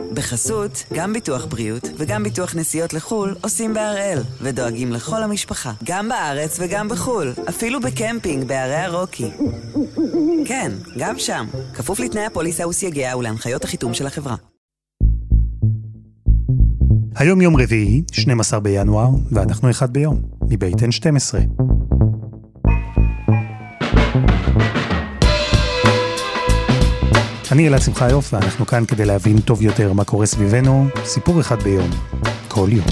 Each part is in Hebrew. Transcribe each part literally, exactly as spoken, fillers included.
בחסות, גם ביטוח בריאות וגם ביטוח נסיעות לחול עושים בהראל, ודואגים לכל המשפחה, גם בארץ וגם בחול, אפילו בקמפינג בערי הרוקי. כן, גם שם, כפוף לתנאי הפוליסה וסייגיה ולהנחיות החיתום של החברה. היום יום רביעי, שנים עשר בינואר, ואנחנו אחד ביום, מבית אן שתים עשרה. אני אלעד שמחיוף, ואנחנו כאן כדי להבין טוב יותר מה קורה סביבנו, סיפור אחד ביום, כל יום.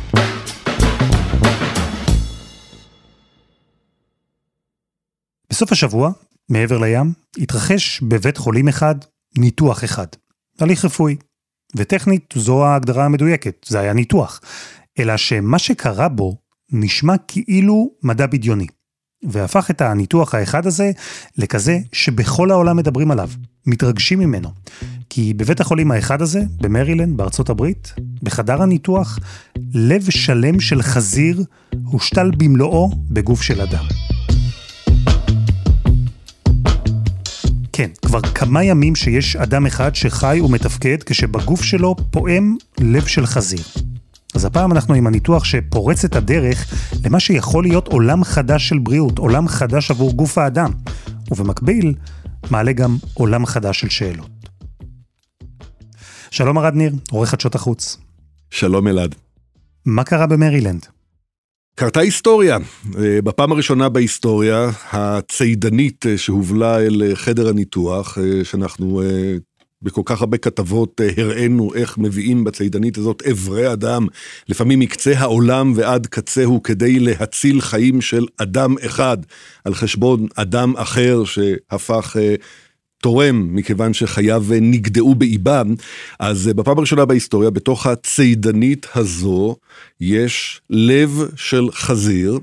בסוף השבוע, מעבר לים, התרחש בבית חולים אחד, ניתוח אחד, הליך רפואי. וטכנית זו ההגדרה המדויקת, זה היה ניתוח. אלא שמה שקרה בו נשמע כאילו מדע בדיוני. והפך את הניתוח האחד הזה לכזה שבכל העולם מדברים עליו, מתרגשים ממנו. כי בבית החולים האחד הזה, במרילנד, בארצות הברית, בחדר הניתוח, לב שלם של חזיר הושתל במלואו בגוף של אדם. כן, כבר כמה ימים שיש אדם אחד שחי ומתפקד כשבגוף שלו פועם לב של חזיר. אז הפעם אנחנו עם הניתוח שפורץ את הדרך למה שיכול להיות עולם חדש של בריאות, עולם חדש עבור גוף האדם, ובמקביל מעלה גם עולם חדש של שאלות. שלום ארד ניר, עורך חדשות החוץ. שלום אלעד. מה קרה במרילנד? קרתה היסטוריה. בפעם הראשונה בהיסטוריה, הציידנית שהובלה אל חדר הניתוח, שאנחנו בכל כך הרבה כתבות הראינו איך מביאים בציידנית הזאת עברי אדם, לפעמים מקצה העולם ועד קצהו, כדי להציל חיים של אדם אחד, על חשבון אדם אחר שהפך תורם, מכיוון שחייו נגדעו באיבם. אז בפעם הראשונה בהיסטוריה, בתוך הציידנית הזו, יש לב של חזיר,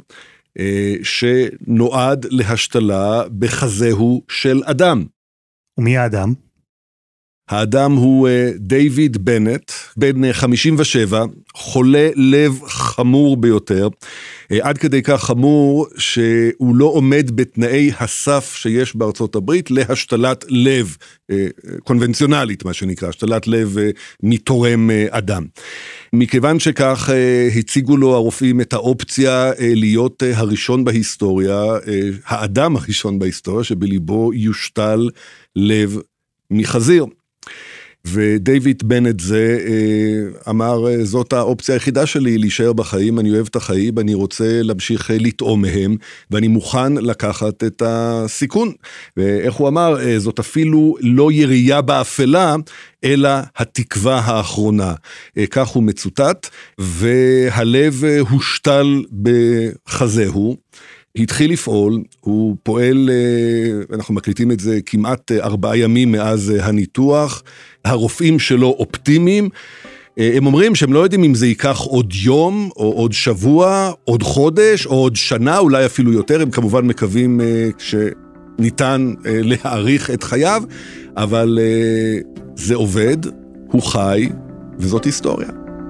שנועד להשתלה בחזהו של אדם. ומי האדם? האדם הוא דיוויד בנט, בן חמישים ושבע, חולה לב חמור ביותר, עד כדי כך חמור שהוא לא עומד בתנאי הסף שיש בארצות הברית להשתלת לב קונבנציונלית, מה שנקרא, השתלת לב מתורם אדם. מכיוון שכך הציגו לו הרופאים את האופציה להיות הראשון בהיסטוריה, האדם הראשון בהיסטוריה שבליבו יושתל לב מחזיר. ודייוויד בנט זה אמר, זאת האופציה היחידה שלי להישאר בחיים, אני אוהב את החיים, אני רוצה להמשיך לטעום מהם, ואני מוכן לקחת את הסיכון. ואיך הוא אמר, זאת אפילו לא ירייה באפלה, אלא התקווה האחרונה. כך הוא מצוטט, והלב הושתל בחזהו, התחיל לפעול, הוא פועל, אנחנו מקליטים את זה כמעט ארבעה ימים מאז הניתוח, הרופאים שלו אופטימיים, הם אומרים שהם לא יודעים אם זה ייקח עוד יום, או עוד שבוע, עוד חודש, או עוד שנה, אולי אפילו יותר, הם כמובן מקווים שניתן להאריך את חייו, אבל זה עובד, הוא חי, וזאת היסטוריה.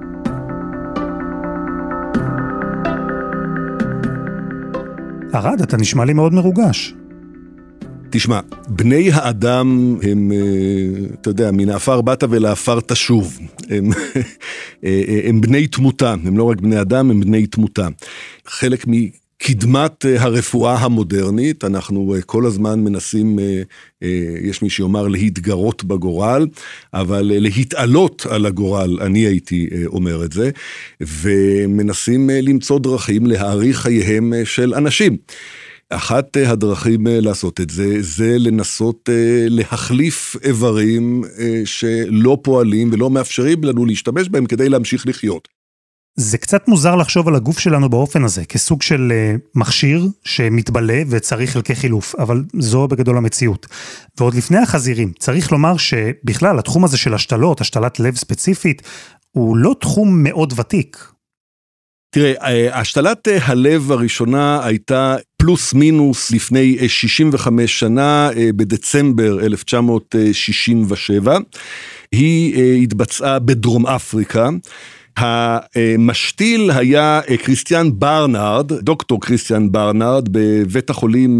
ארד, אתה נשמע לי מאוד מרוגש. תשמע, בני האדם הם, אתה יודע, מן האפר באת ולאפר תשוב. הם, הם בני תמותה, הם לא רק בני אדם, הם בני תמותה. חלק מקדמת הרפואה המודרנית, אנחנו כל הזמן מנסים, יש מי שיאמר להתגרות בגורל, אבל להתעלות על הגורל, אני הייתי אומר את זה, ומנסים למצוא דרכים להאריך חייהם של אנשים. אחת הדרכים לעשות את זה, זה לנסות להחליף איברים שלא פועלים ולא מאפשרים לנו להשתמש בהם כדי להמשיך לחיות. זה קצת מוזר לחשוב על הגוף שלנו באופן הזה, כסוג של מכשיר שמתבלה וצריך חלקי חילוף, אבל זו בגדול המציאות. ועוד לפני החזירים, צריך לומר שבכלל התחום הזה של השתלות, השתלת לב ספציפית, הוא לא תחום מאוד ותיק. תראה, השתלת הלב הראשונה הייתה פלוס מינוס לפני שישים וחמש שנה, בדצמבר אלף תשע מאות שישים ושבע. היא התבצעה בדרום אפריקה. המשתיל היה קריסטיאן ברנרד, דוקטור קריסטיאן ברנרד, בבית החולים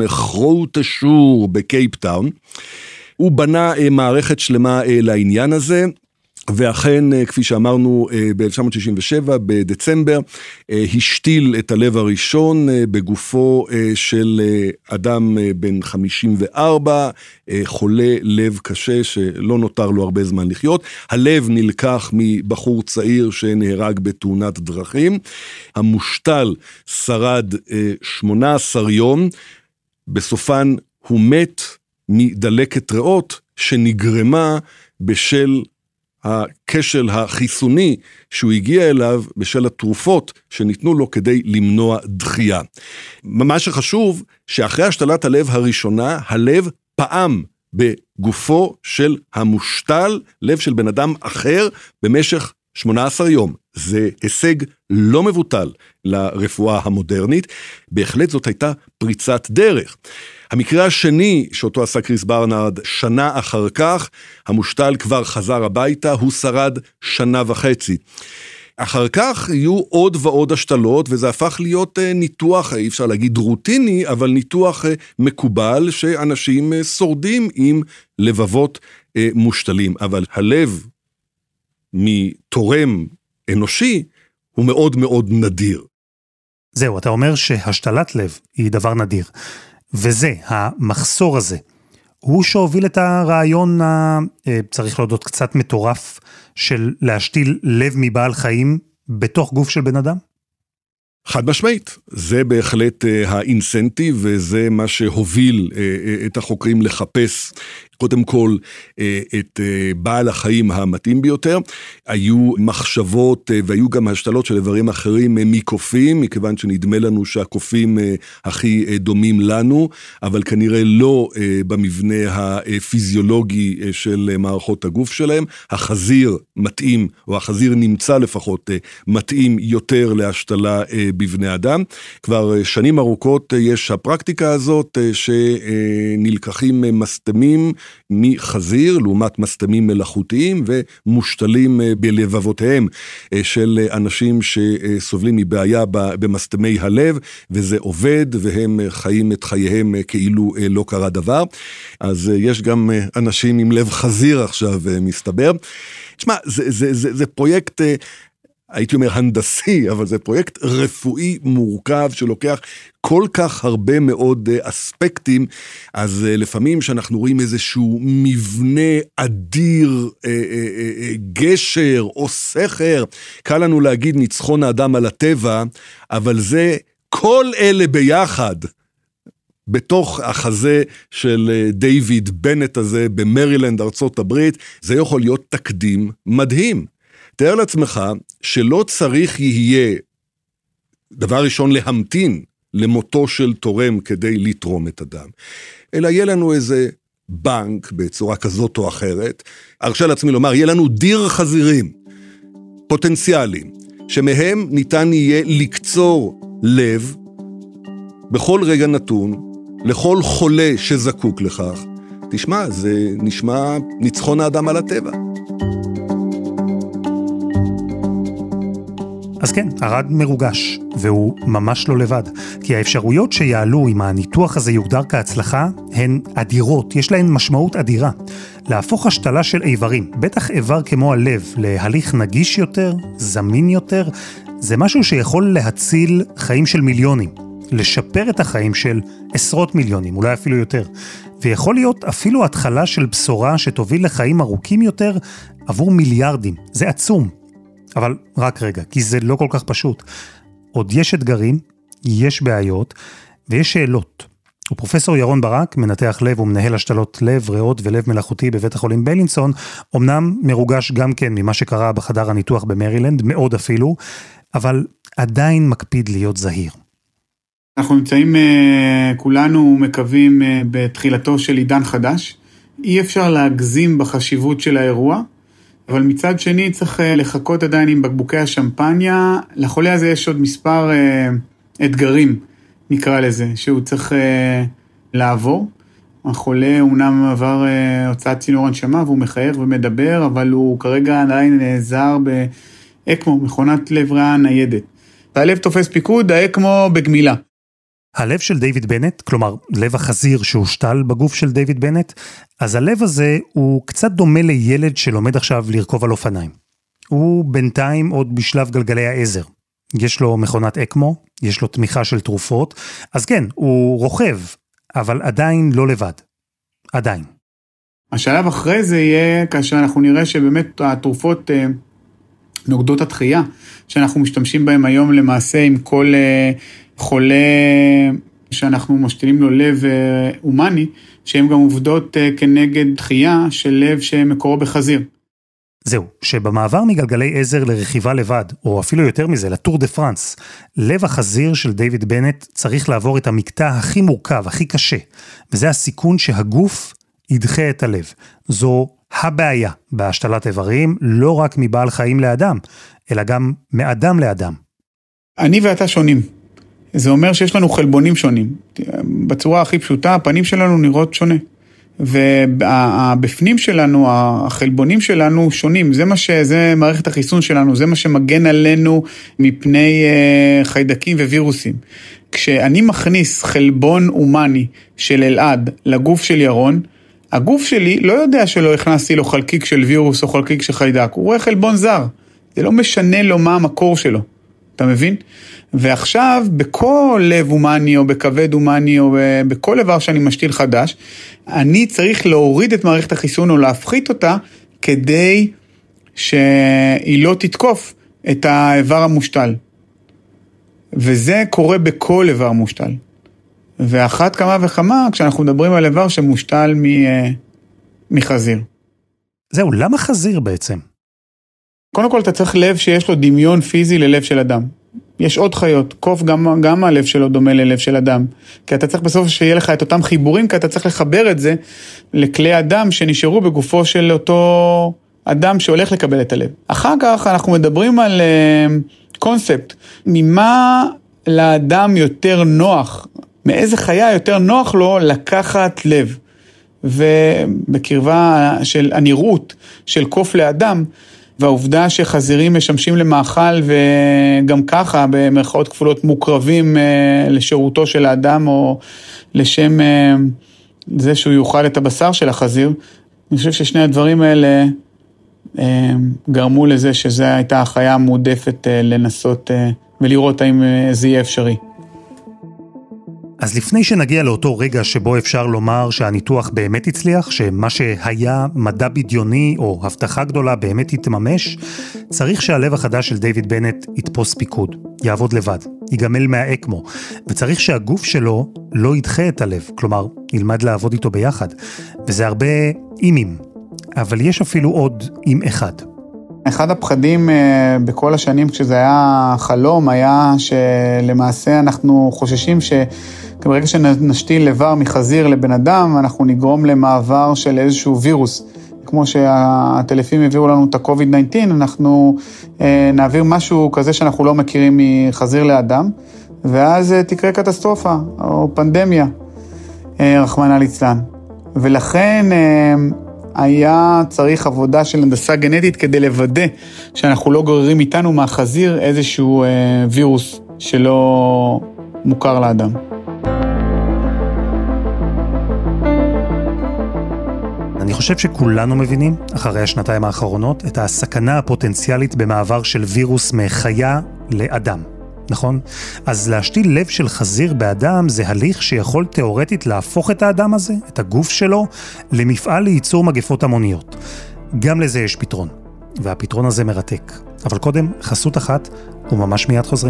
חרוטשור בקייפטאון. הוא בנה מערכת שלמה לעניין הזה. ואכן, כפי שאמרנו, ב-אלף תשע מאות שישים ושבע, בדצמבר, השתיל את הלב הראשון בגופו של אדם בן חמישים וארבע, חולה לב קשה שלא נותר לו הרבה זמן לחיות. הלב נלקח מבחור צעיר שנהרג בתאונת דרכים. המושתל שרד שמונה עשר יום, בסופן הוא מת מדלקת ריאות שנגרמה בשל הכשל החיסוני שהוא הגיע אליו בשל התרופות שניתנו לו כדי למנוע דחייה. מה שחשוב, שאחרי השתלת הלב הראשונה, הלב פעם בגופו של המושתל, לב של בן אדם אחר, במשך שמונה עשר יום. זה הישג לא מבוטל לרפואה המודרנית, בהחלט זאת הייתה פריצת דרך. המקרה השני שאותו עשה קריס ברנרד, שנה אחר כך, המושתל כבר חזר הביתה, הוא שרד שנה וחצי. אחר כך יהיו עוד ועוד השתלות, וזה הפך להיות ניתוח, אי אפשר להגיד רוטיני, אבל ניתוח מקובל, שאנשים שורדים עם לבבות מושתלים. אבל הלב מתורם אנושי הוא מאוד מאוד נדיר. זהו, אתה אומר שהשתלת לב היא דבר נדיר. וזה, המחסור הזה, הוא שהוביל את הרעיון, צריך להודות קצת מטורף, של להשתיל לב מבעל חיים בתוך גוף של בן אדם? חד משמעית, זה בהחלט האינסנטיב, וזה מה שהוביל את החוקרים לחפש, קודם כל, את בעל החיים המתאים ביותר. היו מחשבות והיו גם השתלות של איברים אחרים מקופים, מכיוון שנדמה לנו שהקופים הכי דומים לנו, אבל כנראה לא במבנה הפיזיולוגי של מערכות הגוף שלהם. החזיר מתאים, או החזיר נמצא לפחות, מתאים יותר להשתלה בבני אדם. כבר שנים ארוכות יש הפרקטיקה הזאת שנלקחים מסתמים מחזיר לעומת מסתמים מלאכותיים ומושתלים בלבבותיהם של אנשים שסובלים מבעיה במסתמי הלב, וזה עובד והם חיים את חייהם כאילו לא קרה דבר. אז יש גם אנשים עם לב חזיר עכשיו מסתבר. תשמע, זה, זה, זה, זה פרויקט, הייתי אומר הנדסי, אבל זה פרויקט רפואי מורכב שלוקח כל כך הרבה מאוד אספקטים. אז לפעמים שאנחנו רואים איזשהו מבנה אדיר, גשר או סכר, קל לנו להגיד ניצחון האדם על הטבע, אבל זה כל אלה ביחד, בתוך החזה של דיוויד בנט הזה במרילנד, ארצות הברית, זה יכול להיות תקדים מדהים. תאר לעצמך שלא צריך יהיה, דבר ראשון, להמתין למותו של תורם כדי לתרום את הדם, אלא יהיה לנו איזה בנק בצורה כזאת או אחרת, ארשה לעצמי לומר, יהיה לנו דיר חזירים פוטנציאליים, שמהם ניתן יהיה לקצור לב בכל רגע נתון, לכל חולה שזקוק לכך. תשמע, זה נשמע ניצחון האדם על הטבע. אז כן, ארד מרוגש, והוא ממש לא לבד, כי האפשרויות שיעלו אם הניתוח הזה יוגדר כהצלחה, הן אדירות, יש להן משמעות אדירה. להפוך השתלה של איברים, בטח איבר כמו הלב, להליך נגיש יותר, זמין יותר, זה משהו שיכול להציל חיים של מיליונים, לשפר את החיים של עשרות מיליונים, אולי אפילו יותר, ויכול להיות אפילו התחלה של בשורה שתוביל לחיים ארוכים יותר עבור מיליארדים, זה עצום. אבל רק רגע, כי זה לא כל כך פשוט. עוד יש אתגרים, יש בעיות, ויש שאלות. ופרופסור ירון ברק, מנתח לב ומנהל השתלות לב, ריאות ולב מלאכותי בבית החולים בילינסון, אמנם מרוגש גם כן ממה שקרה בחדר הניתוח במרילנד, מאוד אפילו, אבל עדיין מקפיד להיות זהיר. אנחנו נמצאים כולנו מקווים בתחילתו של עידן חדש. אי אפשר להגזים בחשיבות של האירוע, אבל מצד שני צריך לחכות עדיין עם בקבוקי השמפניה. לחולה הזה יש עוד מספר אתגרים, נקרא לזה, שהוא צריך לעבור. החולה אומנם עבר הוצאת צינור הנשמה והוא מחייך ומדבר, אבל הוא כרגע עדיין נעזר באקמו, מכונת לב ריאה ניידת. והלב תופס פיקוד, האקמו בגמילה. הלב של דיוויד בנט, כלומר לב החזיר שהושתל בגוף של דיוויד בנט, אז הלב הזה הוא קצת דומה לילד שלומד עכשיו לרכוב על אופניים. הוא בינתיים עוד בשלב גלגלי העזר. יש לו מכונת אקמו, יש לו תמיכה של תרופות, אז כן, הוא רוכב, אבל עדיין לא לבד. עדיין. השלב אחרי זה יהיה כאשר אנחנו נראה שבאמת התרופות אה, נוגדות התחייה, שאנחנו משתמשים בהם היום למעשה עם כל אה, חולה שאנחנו משתילים לו לב אה, אומני, שהן גם עובדות אה, כנגד תחייה של לב שמקורו בחזיר. זהו, שבמעבר מגלגלי עזר לרכיבה לבד, או אפילו יותר מזה, לטור דה פרנס, לב החזיר של דיוויד בנט צריך לעבור את המקטע הכי מורכב, הכי קשה, וזה הסיכון שהגוף ידחה את הלב. זו הבעיה בהשתלת איברים, לא רק מבעל חיים לאדם, אלא גם מאדם לאדם. אני ואתה שונים. זה אומר שיש לנו חלבונים שונים. בצורה הכי פשוטה, הפנים שלנו נראות שונה. ובפנים שלנו, החלבונים שלנו שונים, זה מה ש... זה מערכת החיסון שלנו, זה מה שמגן עלינו מפני חיידקים ווירוסים. כשאני מכניס חלבון אומני של אלעד לגוף של ירון, הגוף שלי לא יודע שלא הכנסתי לו חלקיק של וירוס או חלקיק של חיידק, הוא רואה חלבון זר, זה לא משנה לו מה המקור שלו, אתה מבין? ועכשיו בכל לב אומני או בכבד אומני או בכל איבר שאני משתיל חדש, אני צריך להוריד את מערכת החיסון או להפחית אותה כדי שהיא לא תתקוף את האיבר המושתל. וזה קורה בכל איבר מושתל. ואחת כמה וכמה כשאנחנו מדברים על איבר שמושתל מחזיר. זהו, למה חזיר בעצם? קודם כל אתה צריך לב שיש לו דמיון פיזי ללב של אדם. יש עוד חיות, קוף גם, גם הלב שלו דומה ללב של אדם, כי אתה צריך בסוף שיהיה לך את אותם חיבורים, כי אתה צריך לחבר את זה לכלי אדם שנשארו בגופו של אותו אדם שהולך לקבל את הלב. אחר כך אנחנו מדברים על uh, קונספט, ממה לאדם יותר נוח, מאיזה חיה יותר נוח לו לקחת לב, ובקרבה של הנראות של קוף לאדם, והעובדה שחזירים משמשים למאכל וגם ככה במרכאות כפולות מוקרבים לשירותו של האדם או לשם זה שהוא יאכל את הבשר של החזיר, אני חושב ששני הדברים האלה גרמו לזה שזו הייתה החיה המועדפת לנסות ולראות האם זה יהיה אפשרי. אז לפני שנגיע לאותו רגע שבו אפשר לומר שהניתוח באמת הצליח, שמה שהיה מדע בדיוני או הבטחה גדולה באמת יתממש, צריך שהלב החדש של דיוויד בנט יתפוס פיקוד, יעבוד לבד, ייגמל מהאקמו, וצריך שהגוף שלו לא ידחה את הלב, כלומר, ילמד לעבוד איתו ביחד, וזה הרבה אימים, אבל יש אפילו עוד אים אחד. אחד הפחדים בכל השנים כשזה היה חלום היה שלמעשה אנחנו חוששים שברגע שנשתיל לבר מחזיר לבן אדם אנחנו נגרום למעבר של איזשהו וירוס. כמו שהטלפים הביאו לנו את ה-קוביד תשע עשרה, אנחנו נעביר משהו כזה שאנחנו לא מכירים מחזיר לאדם, ואז תקרה קטסטרופה או פנדמיה, רחמנא ליצלן. ולכן היה צריך עבודה של הנדסה גנטית כדי לוודא שאנחנו לא גוררים איתנו מהחזיר איזשהו אה, וירוס שלא מוכר לאדם. אני חושב שכולנו מבינים, אחרי השנתיים האחרונות, את הסכנה הפוטנציאלית במעבר של וירוס מחיה לאדם. נכון? אז להשתיל לב של חזיר באדם זה הליך שיכול תיאורטית להפוך את האדם הזה, את הגוף שלו, למפעל לייצור מגפות המוניות. גם לזה יש פתרון, והפתרון הזה מרתק. אבל קודם, חסות אחת, וממש מיד חוזרים.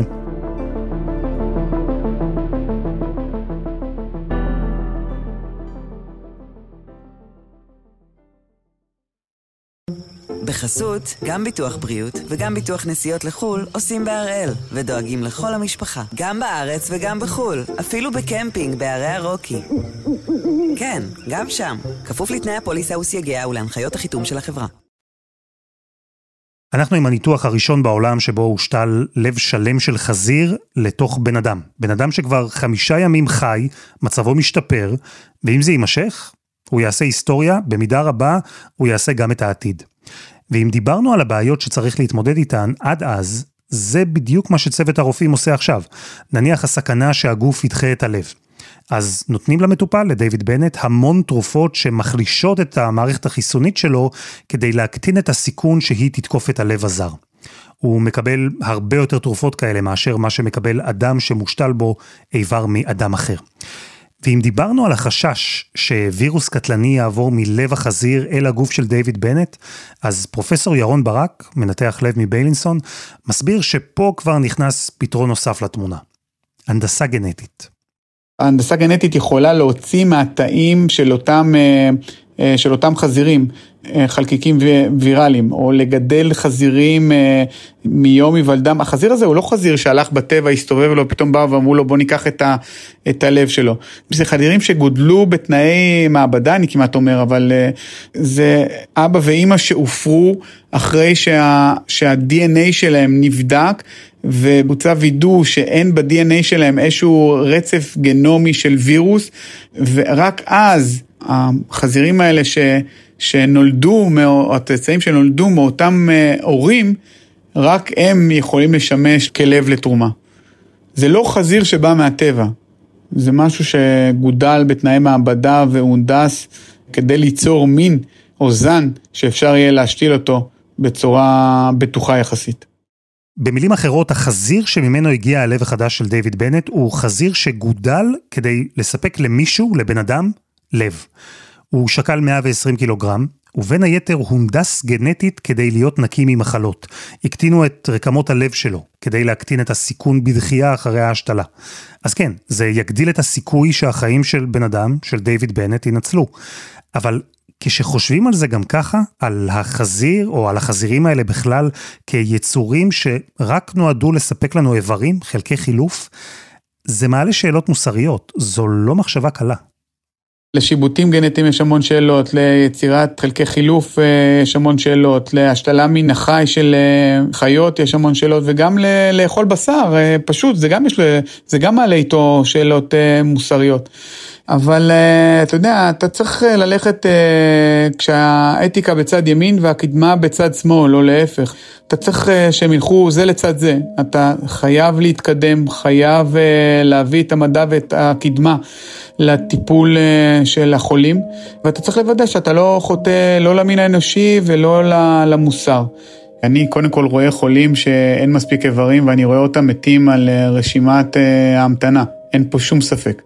בחסות, גם ביטוח בריאות וגם ביטוח נסיעות לחול עושים בהראל ודואגים לכל המשפחה, גם בארץ וגם בחול, אפילו בקמפינג בערי הרוקי. כן, גם שם, כפוף לתנאי הפוליסה וסייגיה ולהנחיות החיתום של החברה. אנחנו עם הניתוח הראשון בעולם שבו הושתל לב שלם של חזיר לתוך בן אדם. בן אדם שכבר חמישה ימים חי, מצבו משתפר, ואם זה יימשך, הוא יעשה היסטוריה, במידה רבה הוא יעשה גם את העתיד. ואם דיברנו על הבעיות שצריך להתמודד איתן עד אז, זה בדיוק מה שצוות הרופאים עושה עכשיו. נניח הסכנה שהגוף ידחה את הלב. אז נותנים למטופל, לדיוויד בנט, המון תרופות שמחלישות את המערכת החיסונית שלו, כדי להקטין את הסיכון שהיא תתקוף את הלב הזר. הוא מקבל הרבה יותר תרופות כאלה מאשר מה שמקבל אדם שמושתל בו איבר מאדם אחר. ואם דיברנו על החשש שווירוס קטלני יעבור מלב החזיר אל הגוף של דיוויד בנט, אז פרופסור ירון ברק, מנתח לב מביילינסון, מסביר שפה כבר נכנס פתרון נוסף לתמונה. הנדסה גנטית. ההנדסה גנטית יכולה להוציא מהתאים של אותם, של אותם חזירים, חלקיקים ויראליים, או לגדל חזירים מיום היוולדם. החזיר הזה הוא לא חזיר שהלך בטבע, הסתובב לו, פתאום בא ואמרו לו בוא ניקח את, ה, את הלב שלו. זה חזירים שגודלו בתנאי מעבדה, אני כמעט אומר, אבל זה אבא ואמא שהופרו אחרי שה, שה-די אן איי שלהם נבדק, ובוצע וידוא שאין ב-די אן איי שלהם איזשהו רצף גנומי של וירוס, ורק אז החזירים האלה ש, שנולדו, או הצאצאים שנולדו מאותם הורים, רק הם יכולים לשמש כלב לתרומה. זה לא חזיר שבא מהטבע, זה משהו שגודל בתנאי מעבדה והונדס כדי ליצור מין או זן שאפשר יהיה להשתיל אותו בצורה בטוחה יחסית. במילים אחרות, החזיר שממנו הגיע הלב החדש של דיוויד בנט, הוא חזיר שגודל כדי לספק למישהו, לבן אדם, לב. הוא שקל מאה ועשרים קילוגרם, ובין היתר הונדס גנטית כדי להיות נקי ממחלות. הקטינו את רקמות הלב שלו, כדי להקטין את הסיכון בדחייה אחרי ההשתלה. אז כן, זה יגדיל את הסיכוי שהחיים של בן אדם, של דיוויד בנט, ינצלו. אבל כשחושבים על זה גם ככה, על החזיר או על החזירים האלה בכלל, כיצורים שרק נועדו לספק לנו איברים, חלקי חילוף, זה מעלה שאלות מוסריות, זו לא מחשבה קלה. לשיבוטים גנטיים יש המון שאלות, ליצירת חלקי חילוף יש המון שאלות, להשתלה מן החי של חיות יש המון שאלות, וגם לאכול בשר, פשוט, זה גם, יש, זה גם מעלה איתו שאלות מוסריות. אבל אתה יודע, אתה צריך ללכת כשהאתיקה בצד ימין והקדמה בצד שמאל, לא להפך. אתה צריך שהם ילכו זה לצד זה. אתה חייב להתקדם, חייב להביא את המדע ואת הקדמה לטיפול של החולים, ואתה צריך לוודא שאתה לא חוטא לא למין האנושי ולא למוסר. אני קודם כל רואה חולים שאין מספיק איברים, ואני רואה אותם מתים על רשימת ההמתנה. אין פה שום ספק.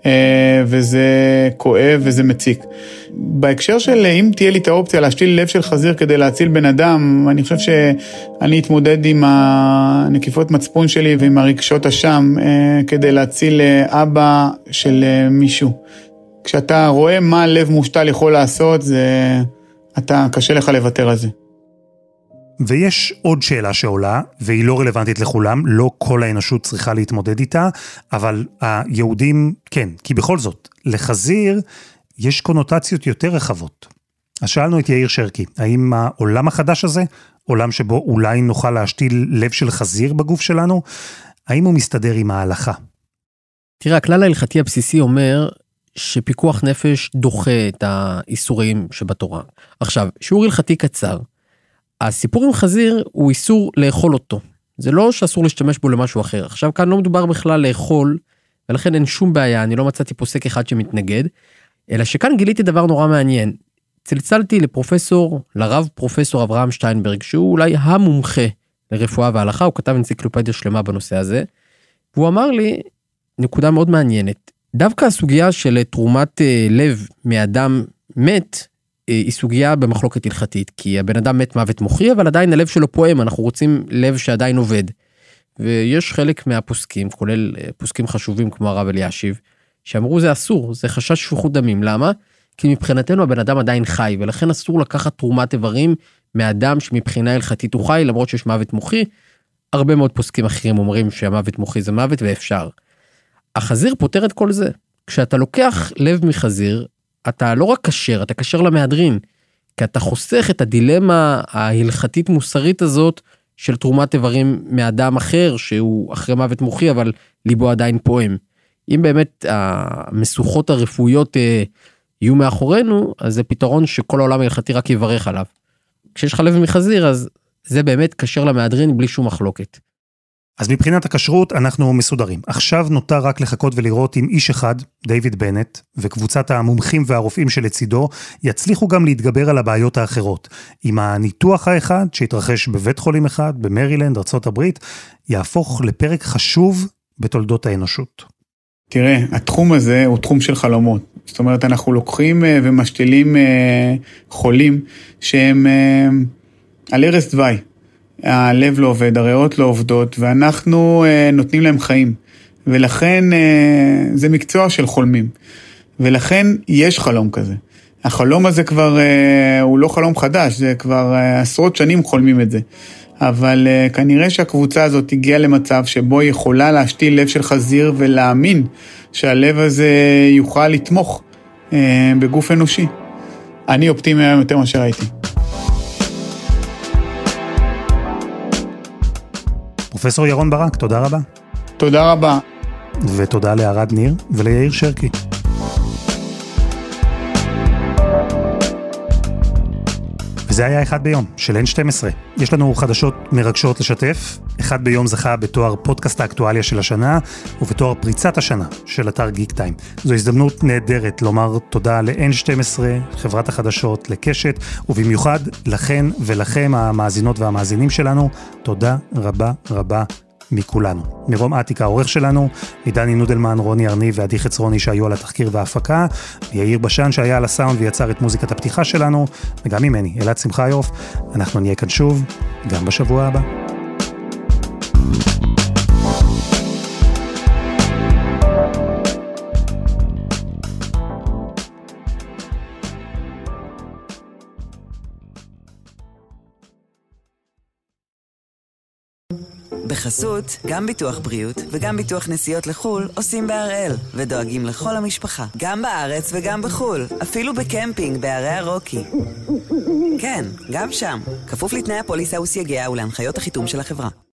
וזה כואב וזה מציק. בהקשר של אם תהיה לי את האופציה להשתיל לב של חזיר כדי להציל בן אדם, אני חושב שאני אתמודד עם הנקיפות מצפון שלי ועם הרגשות השם כדי להציל אבא של מישהו. כשאתה רואה מה לב מושתל יכול לעשות, זה, אתה קשה לך לוותר על זה. ויש עוד שאלה שעולה, והיא לא רלוונטית לכולם, לא כל האנושות צריכה להתמודד איתה, אבל היהודים כן, כי בכל זאת, לחזיר יש קונוטציות יותר רחבות. אז שאלנו את יאיר שרקי, האם העולם החדש הזה, עולם שבו אולי נוכל להשתיל לב של חזיר בגוף שלנו, האם הוא מסתדר עם ההלכה? תראה, הכלל ההלכתי הבסיסי אומר שפיקוח נפש דוחה את האיסורים שבתורה. עכשיו, שיעור הלכתי קצר, הסיפור עם חזיר הוא איסור לאכול אותו. זה לא שאסור להשתמש בו למשהו אחר. עכשיו כאן לא מדובר בכלל לאכול, ולכן אין שום בעיה, אני לא מצאתי פוסק אחד שמתנגד, אלא שכאן גיליתי דבר נורא מעניין. צלצלתי לפרופסור, לרב פרופסור אברהם שטיינברג, שהוא אולי המומחה לרפואה והלכה, הוא כתב אנציקלופדיה שלמה בנושא הזה, והוא אמר לי, נקודה מאוד מעניינת, דווקא הסוגיה של תרומת לב מאדם מת, היא סוגיה במחלוקת הלכתית, כי הבן אדם מת מוות מוחי, אבל עדיין הלב שלו פועם, אנחנו רוצים לב שעדיין עובד. ויש חלק מהפוסקים, כולל פוסקים חשובים כמו הרב אלישיב, שאמרו זה אסור, זה חשש שפיכות דמים. למה? כי מבחינתנו הבן אדם עדיין חי, ולכן אסור לקחת תרומת איברים מאדם שמבחינה הלכתית הוא חי, למרות שיש מוות מוחי. הרבה מאוד פוסקים אחרים אומרים שהמוות מוחי זה מוות ואפשר. החזיר פותר את כל זה. כשאתה לוקח לב מחזיר, אתה לא רק קשר, אתה קשר למהדרין, כי אתה חוסך את הדילמה ההלכתית מוסרית הזאת של תרומת איברים מאדם אחר, שהוא אחרי מוות מוחי, אבל ליבו עדיין פועם. אם באמת המשוכות הרפואיות יהיו מאחורינו, אז זה פתרון שכל העולם ההלכתי רק יברך עליו. כשיש לך לב מחזיר, אז זה באמת קשר למהדרין בלי שום מחלוקת. אז מבחינת הכשרות אנחנו מסודרים. עכשיו נותר רק לחכות ולראות אם איש אחד, דיוויד בנט, וקבוצת המומחים והרופאים שלצידו, יצליחו גם להתגבר על הבעיות האחרות. עם הניתוח האחד שהתרחש בבית חולים אחד, במרילנד, ארצות הברית, יהפוך לפרק חשוב בתולדות האנושות. תראה, התחום הזה הוא תחום של חלומות. זאת אומרת, אנחנו לוקחים ומשתילים חולים שהם על ערש דווי. הלב לא עובד, הריאות לא עובדות, ואנחנו נותנים להם חיים. ולכן זה מקצוע של חולמים. ולכן יש חלום כזה. החלום הזה כבר, הוא לא חלום חדש, זה כבר עשרות שנים חולמים את זה. אבל uh, כנראה שהקבוצה הזאת הגיעה למצב שבו היא יכולה להשתיל לב של חזיר ולהאמין שהלב הזה יוכל לתמוך uh, בגוף אנושי. אני אופטימי היום יותר מה שראיתי. פרופסור ירון ברק, תודה רבה. תודה רבה. ותודה לערד ניר וליאיר שרקי. זה היה אחד ביום של אן שתים עשרה. יש לנו חדשות מרגשות לשתף. אחד ביום זכה בתואר פודקאסט האקטואליה של השנה, ובתואר פריצת השנה של אתר גיק טיים. זו הזדמנות נהדרת לומר תודה ל-אן שתים עשרה, חברת החדשות, לקשת, ובמיוחד לכן ולכם המאזינות והמאזינים שלנו. תודה רבה רבה מכולנו. מרום עתיקה, העורך שלנו, מדני נודלמן, רוני ארני ועדי חצרוני שהיו על התחקיר וההפקה, ויאיר בשן שהיה על הסאונד ויצר את מוזיקת הפתיחה שלנו, וגם ממני, אלעד שמחיוף. אנחנו נהיה כאן שוב, גם בשבוע הבא. בחסות, גם ביטוח בריאות וגם ביטוח נסיעות לחול עושים בהראל, ודואגים לכל המשפחה, גם בארץ וגם בחול, אפילו בקמפינג בערי הרוקי. כן, גם שם, כפוף לתנאי הפוליסה וסייגיה ולהנחיות החיתום של החברה.